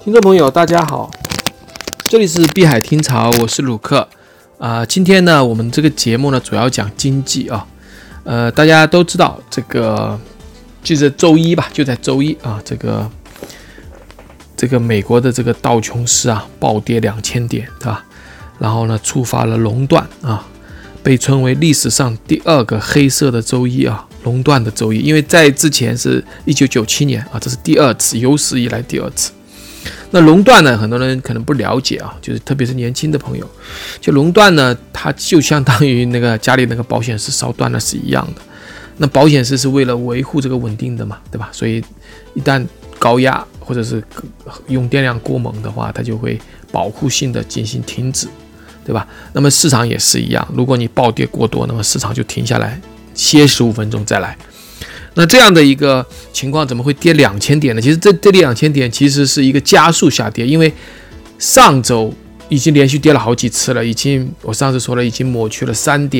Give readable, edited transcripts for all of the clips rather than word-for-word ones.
听众朋友，大家好，这里是碧海听潮，我是鲁克。今天呢，我们这个节目呢，主要讲经济啊。大家都知道，这个就是周一吧，就在周一啊，这个美国的这个道琼斯啊，暴跌2000点，对吧？然后呢，触发了熔断啊，被称为历史上第二个黑色的周一啊，熔断的周一，因为在之前是1997年啊，这是第二次，有史以来第二次。那熔断呢，很多人可能不了解啊，就是特别是年轻的朋友，就熔断呢，它就相当于那个家里那个保险丝烧断了是一样的。那保险丝是为了维护这个稳定的嘛，对吧？所以一旦高压或者是用电量过猛的话，它就会保护性的进行停止，对吧？那么市场也是一样，如果你暴跌过多，那么市场就停下来，歇15分钟再来。那这样的一个情况怎么会跌2000点呢？其实这2000点其实是一个加速下跌，因为上周已经连续跌了好几次了，我上次说了，已经抹去了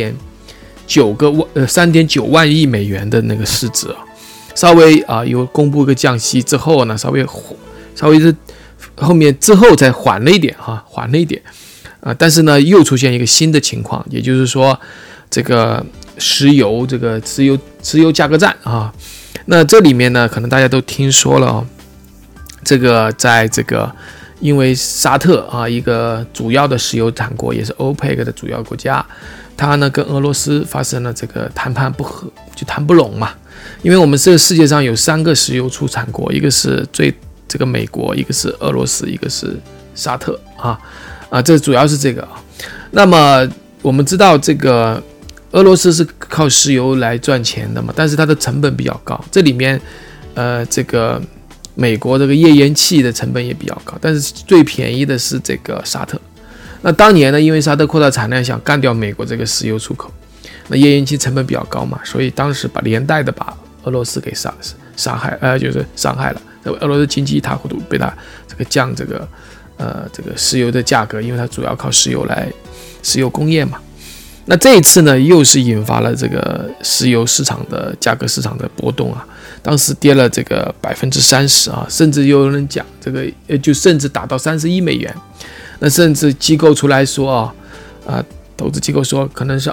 3.9万亿美元的那个市值啊。稍微有公布一个降息之后呢，稍微是后面之后才缓了一点但是呢又出现一个新的情况，也就是说这个石油价格战啊，那这里面呢，可能大家都听说了这个在这个因为沙特啊，一个主要的石油产国，也是 OPEC 的主要国家，它呢跟俄罗斯发生了这个谈判不和，就谈不拢嘛。因为我们这个世界上有3个石油出产国，一个是这个美国，一个是俄罗斯，一个是沙特这主要是这个啊。那么我们知道这个俄罗斯是靠石油来赚钱的嘛，但是它的成本比较高，这里面这个美国这个页岩气的成本也比较高，但是最便宜的是这个沙特。那当年呢，因为沙特扩大产量，想干掉美国这个石油出口，那页岩气成本比较高嘛，所以当时连带的把俄罗斯给就是伤害了。俄罗斯经济一塌糊涂，被他这个降这个石油的价格，因为它主要靠石油工业嘛。那这一次呢，又是引发了这个石油市场的价格市场的波动啊，当时跌了这个30%啊，甚至有人讲这个就甚至达到31美元。那甚至机构出来说投资机构说可能是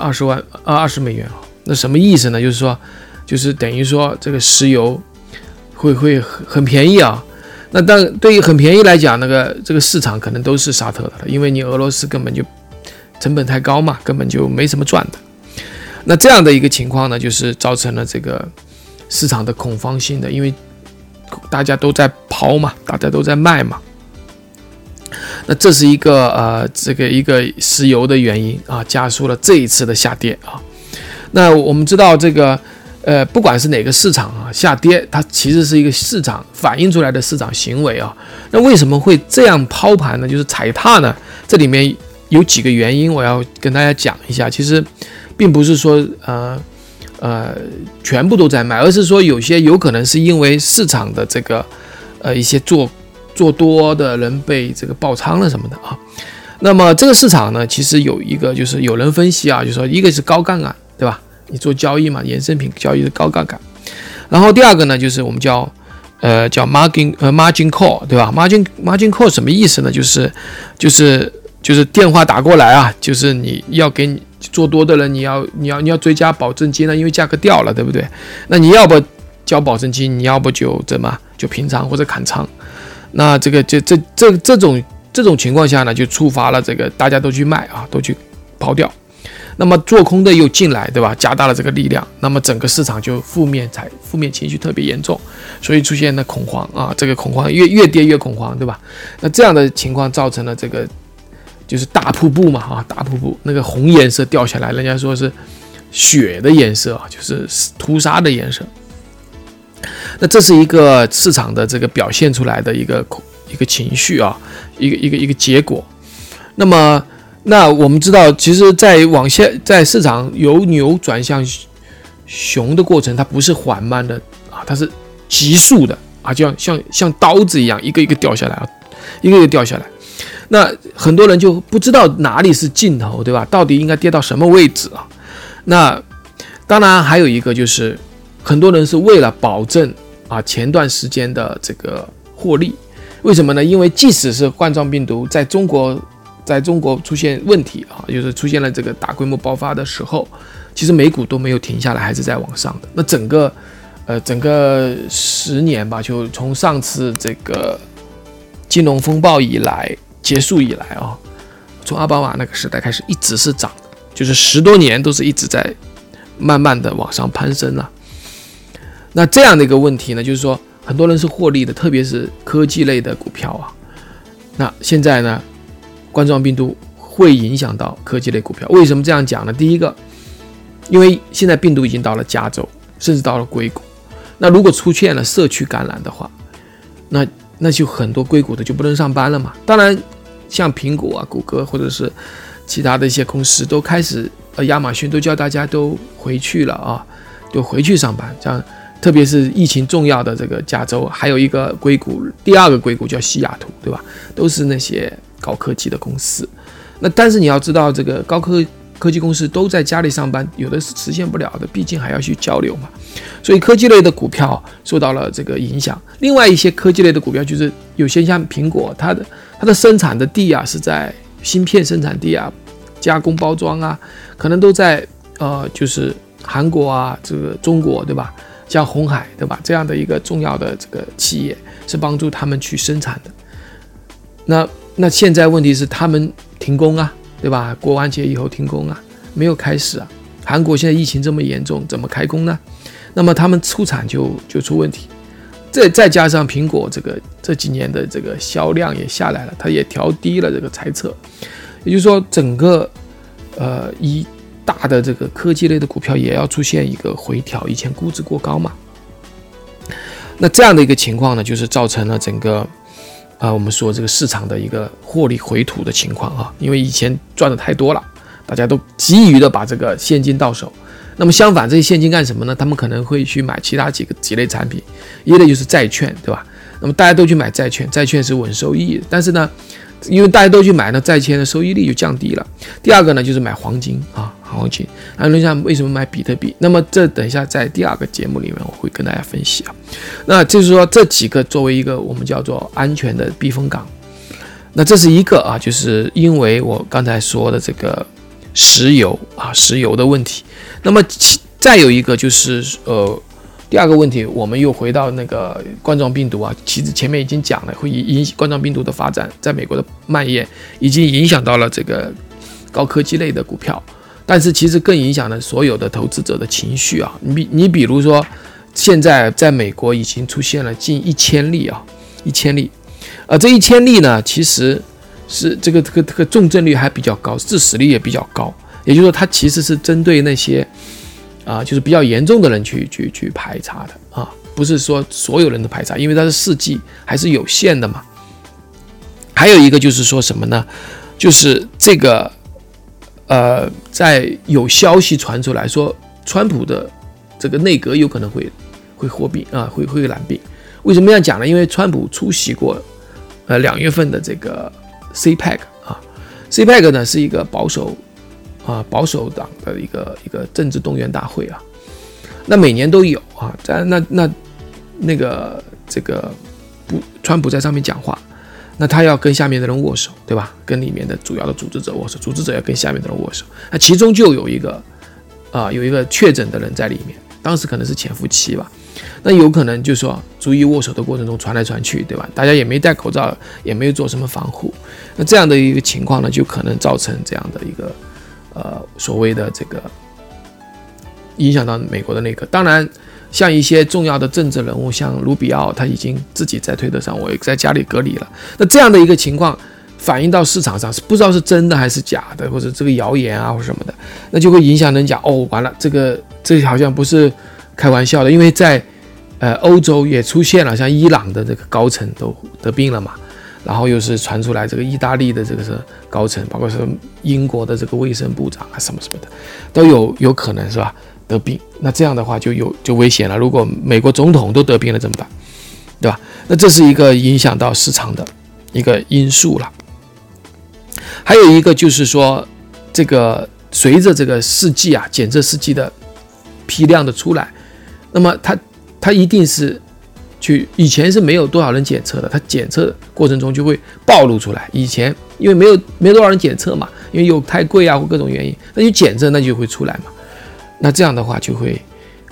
20美元啊。那什么意思呢？就是等于说这个石油会很便宜啊。那对于很便宜来讲，这个市场可能都是沙特的了，因为你俄罗斯根本就成本太高嘛，根本就没什么赚的。那这样的一个情况呢，就是造成了这个市场的恐慌性的，因为大家都在抛嘛，大家都在卖嘛。那这是一个一个石油的原因啊，加速了这一次的下跌啊。那我们知道这个不管是哪个市场啊下跌，它其实是一个市场反映出来的市场行为啊。那为什么会这样抛盘呢？就是踩踏呢？这里面有几个原因，我要跟大家讲一下。其实并不是说全部都在卖，而是说有些有可能是因为市场的这个一些做多的人被这个爆仓了什么的啊。那么这个市场呢，其实有一个就是有人分析啊，就说一个是高杠杆，对吧？你做交易嘛，衍生品交易是高杠杆。然后第二个呢，就是我们叫 margin call， 对吧？margin call 什么意思呢？就是电话打过来啊，就是你要给你做多的人，你要追加保证金呢，因为价格掉了，对不对？那你要不交保证金，你要不就平仓或者砍仓。那这种情况下呢，就触发了这个大家都去卖啊，都去抛掉。那么做空的又进来，对吧？加大了这个力量，那么整个市场就负面情绪特别严重，所以出现了恐慌啊。这个恐慌越跌越恐慌，对吧？那这样的情况造成了这个就是大瀑布嘛大瀑布那个红颜色掉下来，人家说是血的颜色啊，就是屠杀的颜色。那这是一个市场的这个表现出来的一个情绪啊，一个结果。那我们知道，其实在市场由牛转向熊的过程，它不是缓慢的啊，它是急速的啊，就像刀子一样，一个一个掉下来啊，一个一个掉下来。那很多人就不知道哪里是尽头，对吧？到底应该跌到什么位置啊？那当然还有一个就是很多人是为了保证前段时间的这个获利， 为什么呢？因为即使是冠状病毒在中国出现问题啊，就是出现了这个大规模爆发的时候，其实美股都没有停下来，还是在往上的。那整个10年吧，就从上次这个金融风暴结束以来啊，从奥巴马那个时代开始一直是涨的，就是10多年都是一直在慢慢的往上攀升了。那这样的一个问题呢，就是说很多人是获利的，特别是科技类的股票啊。那现在呢，冠状病毒会影响到科技类股票。为什么这样讲呢？第一个，因为现在病毒已经到了加州，甚至到了硅谷。那如果出现了社区感染的话，那就很多硅谷的就不能上班了嘛。当然，像苹果啊、谷歌或者是其他的一些公司都开始，亚马逊都叫大家都回去了啊，都回去上班。这样，特别是疫情重要的这个加州，还有一个硅谷，第二个硅谷叫西雅图，对吧？都是那些高科技的公司。那但是你要知道，这个高科技公司都在家里上班，有的是实现不了的，毕竟还要去交流嘛。所以科技类的股票受到了这个影响。另外一些科技类的股票，就是有些像苹果，它的生产的地啊是在芯片生产地啊、加工包装啊，可能都在就是韩国啊、这个中国，对吧？像鸿海，对吧？这样的一个重要的这个企业是帮助他们去生产的。那现在问题是他们停工啊，对吧？过完节以后停工啊，没有开始啊。韩国现在疫情这么严重，怎么开工呢？那么他们出产就出问题。再加上苹果这几年的这个销量也下来了，它也调低了这个猜测。也就是说，整个一大的这个科技类的股票也要出现一个回调，以前估值过高嘛。那这样的一个情况呢，就是造成了整个我们说这个市场的一个获利回吐的情况啊，因为以前赚的太多了，大家都急于的把这个现金到手。那么相反，这些现金干什么呢？他们可能会去买其他几类产品，一类就是债券，对吧？那么大家都去买债券，债券是稳收益的，但是呢，因为大家都去买呢，债券的收益率就降低了。第二个呢，就是买黄金啊，黄金。那人家为什么买比特币？那么这等一下在第二个节目里面我会跟大家分析啊。那就是说这几个作为一个我们叫做安全的避风港。那这是一个啊，就是因为我刚才说的这个石油的问题。那么再有一个就是第二个问题，我们又回到那个冠状病毒啊，其实前面已经讲了，会冠状病毒的发展在美国的蔓延，已经影响到了这个高科技类的股票，但是其实更影响了所有的投资者的情绪啊。你比如说，现在在美国已经出现了近1000例啊，1000例，这1000例呢，其实是这个重症率还比较高，致死率也比较高。也就是说，它其实是针对那些就是比较严重的人去排查的啊，不是说所有人的排查，因为它的试剂还是有限的嘛。还有一个就是说什么呢？就是这个在有消息传出来说，川普的这个内阁有可能会获病啊，会染病。为什么这样讲呢？因为川普出席过2月份的这个 CPEC 啊 ，CPEC 呢是一个保守党的一个政治动员大会啊，那每年都有啊，那个这个川普在上面讲话，那他要跟下面的人握手，对吧？跟里面的主要的组织者握手，组织者要跟下面的人握手，那其中就有一个确诊的人在里面，当时可能是潜伏期吧，那有可能就是说逐一握手的过程中传来传去，对吧？大家也没戴口罩，也没有做什么防护，那这样的一个情况呢，就可能造成这样的一个所谓的这个影响到美国的内阁。当然像一些重要的政治人物，像卢比奥，他已经自己在推特上，我也在家里隔离了。那这样的一个情况反映到市场上，是不知道是真的还是假的，或者这个谣言啊或什么的，那就会影响人讲完了，这好像不是开玩笑的，因为在欧洲也出现了，像伊朗的这个高层都得病了嘛。然后又是传出来这个意大利的这个是高层，包括是英国的这个卫生部长啊什么什么的，都有可能是吧得病。那这样的话就危险了。如果美国总统都得病了怎么办？对吧？那这是一个影响到市场的一个因素了。还有一个就是说，这个随着这个试剂啊检测试剂的批量的出来，那么它一定是以前是没有多少人检测的，它检测过程中就会暴露出来。以前因为没多少人检测嘛，因为有太贵啊或各种原因，那就检测那就会出来嘛。那这样的话就会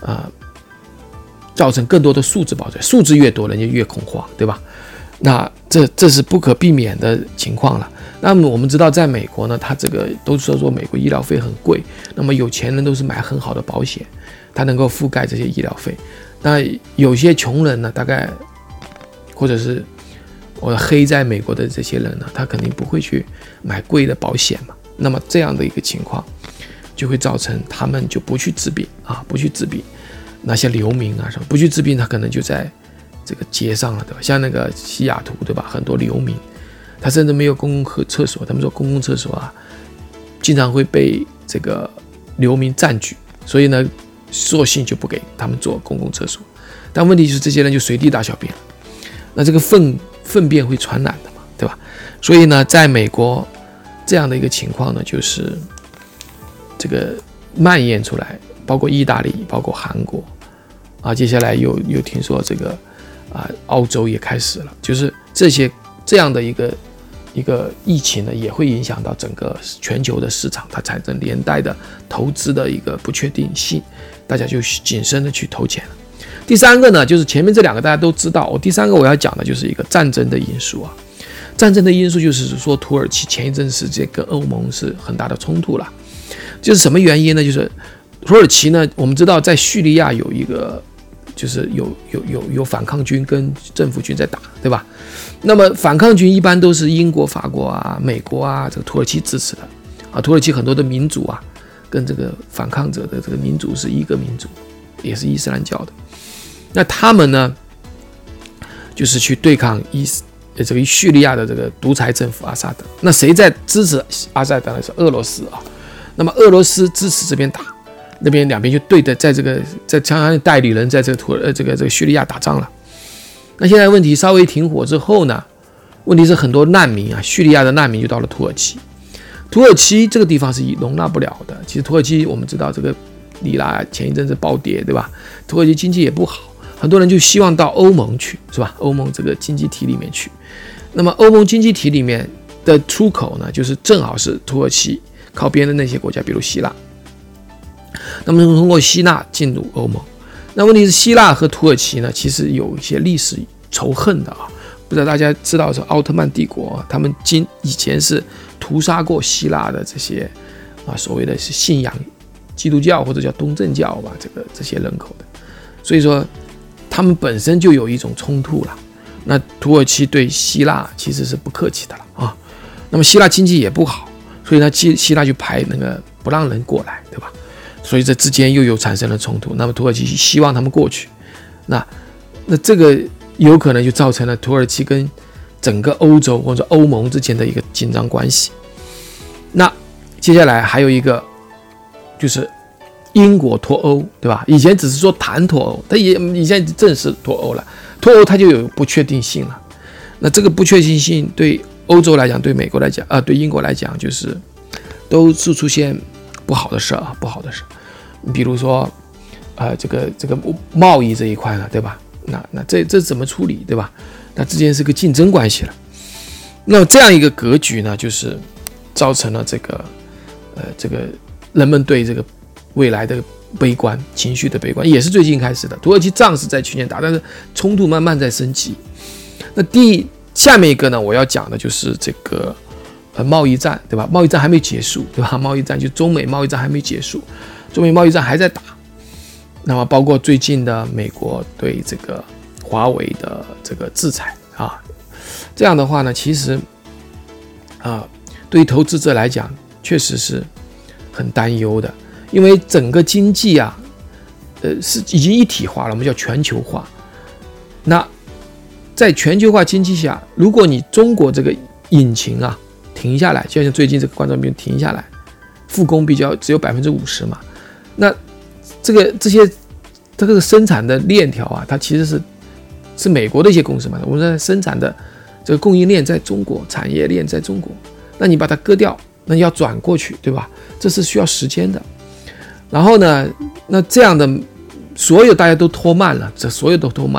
造成更多的数字爆出来，数字越多人就越恐慌，对吧？那这是不可避免的情况了。那么我们知道，在美国呢，它这个都说美国医疗费很贵，那么有钱人都是买很好的保险，它能够覆盖这些医疗费。那有些穷人呢，大概或者是我黑在美国的这些人呢，他肯定不会去买贵的保险嘛。那么这样的一个情况，就会造成他们就不去治病啊，不去治病。那些流民啊什么不去治病，他可能就在这个街上了，对吧？像那个西雅图，对吧？很多流民，他甚至没有公共厕所，他们说公共厕所啊，经常会被这个流民占据，所以呢，索性就不给他们做公共厕所。但问题就是这些人就随地大小便，那这个粪便会传染的嘛，对吧？所以呢，在美国这样的一个情况呢，就是这个蔓延出来，包括意大利，包括韩国啊，接下来又听说这个澳洲也开始了，就是这样的一个疫情呢，也会影响到整个全球的市场，它产生连带的投资的一个不确定性，大家就谨慎的去投钱了。第三个呢，就是前面这两个大家都知道，第三个我要讲的就是一个战争的因素啊。战争的因素就是说，土耳其前一阵时间跟欧盟是很大的冲突了，就是什么原因呢？就是土耳其呢，我们知道在叙利亚有一个，就是有反抗军跟政府军在打，对吧？那么反抗军一般都是英国、法国啊、美国啊，这个土耳其支持的啊。土耳其很多的民族啊，跟这个反抗者的这个民族是一个民族，也是伊斯兰教的。那他们呢，就是去对抗这个叙利亚的这个独裁政府阿萨德。那谁在支持阿萨德呢？是俄罗斯啊。那么俄罗斯支持这边打，那边两边就对的，在相当于代理人在这个叙利亚打仗了。那现在问题稍微停火之后呢，问题是很多难民啊，叙利亚的难民就到了土耳其。土耳其这个地方是容纳不了的。其实土耳其我们知道这个里拉前一阵子暴跌，对吧？土耳其经济也不好，很多人就希望到欧盟去，是吧？欧盟这个经济体里面去。那么欧盟经济体里面的出口呢，就是正好是土耳其靠边的那些国家，比如希腊。那么通过希腊进入欧盟。那问题是希腊和土耳其呢，其实有一些历史仇恨的啊。不知道大家知道是奥特曼帝国，他们以前是屠杀过希腊的这些所谓的是信仰基督教或者叫东正教吧，这些人口的。所以说他们本身就有一种冲突了。那土耳其对希腊其实是不客气的了啊。那么希腊经济也不好，所以呢希腊就排那个不让人过来，对吧？所以这之间又有产生了冲突。那么土耳其希望他们过去，那这个有可能就造成了土耳其跟整个欧洲或者欧盟之间的一个紧张关系。那接下来还有一个就是英国脱欧，对吧？以前只是说谈脱欧，但以前正式脱欧了。脱欧它就有不确定性了。那这个不确定性对欧洲来讲，对美国来讲对英国来讲，就是都是出现不好的事啊，不好的事。比如说这个贸易这一块呢，对吧？那这怎么处理，对吧？那之间是个竞争关系了。那这样一个格局呢，就是造成了这个人们对这个未来的悲观情绪的悲观，也是最近开始的。土耳其仗是在去年打，但是冲突慢慢在升级。那下面一个呢，我要讲的就是这个贸易战，对吧？贸易战还没结束，对吧？贸易战就中美贸易战还没结束，中美贸易战还在打。那么包括最近的美国对这个华为的这个制裁啊，这样的话呢，其实对于投资者来讲确实是很担忧的，因为整个经济啊是已经一体化了，我们叫全球化。那在全球化经济下，如果你中国这个引擎啊停下来，就像最近这个冠状病毒停下来，复工只有 50% 嘛，那这个生产的链条啊，它其实是美国的一些公司嘛，我们在生产的这个供应链在中国，产业链在中国，那你把它割掉，那你要转过去，对吧？这是需要时间的。然后呢，那这样的大家都拖慢了，所有都拖慢了，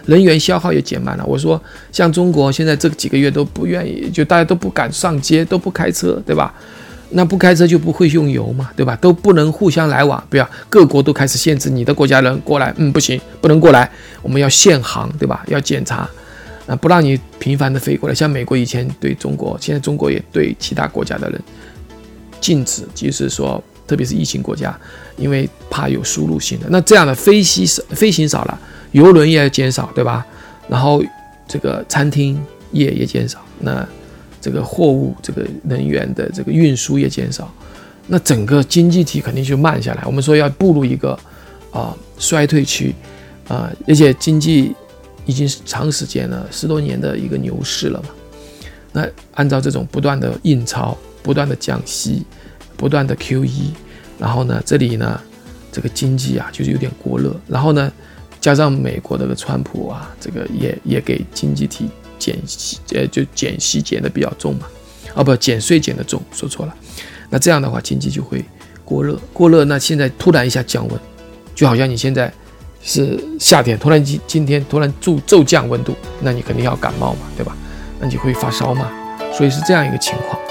能源消耗也减慢了。我说像中国现在这几个月都不愿意，就大家都不敢上街，都不开车，对吧？那不开车就不会用油嘛，对吧？都不能互相来往，不要各国都开始限制你的国家人过来，不行，不能过来，我们要限航，对吧？要检查，不让你频繁的飞过来。像美国以前对中国，现在中国也对其他国家的人禁止，就是说，特别是疫情国家，因为怕有输入性的。那这样的飞行少了，邮轮也减少，对吧？然后这个餐厅业也减少，那这个货物、这个能源的这个运输也减少，那整个经济体肯定就慢下来。我们说要步入一个衰退区而且经济已经长时间了10多年的一个牛市了嘛。那按照这种不断的印钞、不断的降息、不断的 QE， 然后呢，这里呢这个经济啊就是有点过热，然后呢加上美国这个川普啊，这个也给经济体减息减的比较重嘛，减税减的重，说错了。那这样的话，经济就会过热。那现在突然一下降温，就好像你现在是夏天，突然今天突然骤降温度，那你肯定要感冒嘛，对吧？那你会发烧嘛，所以是这样一个情况。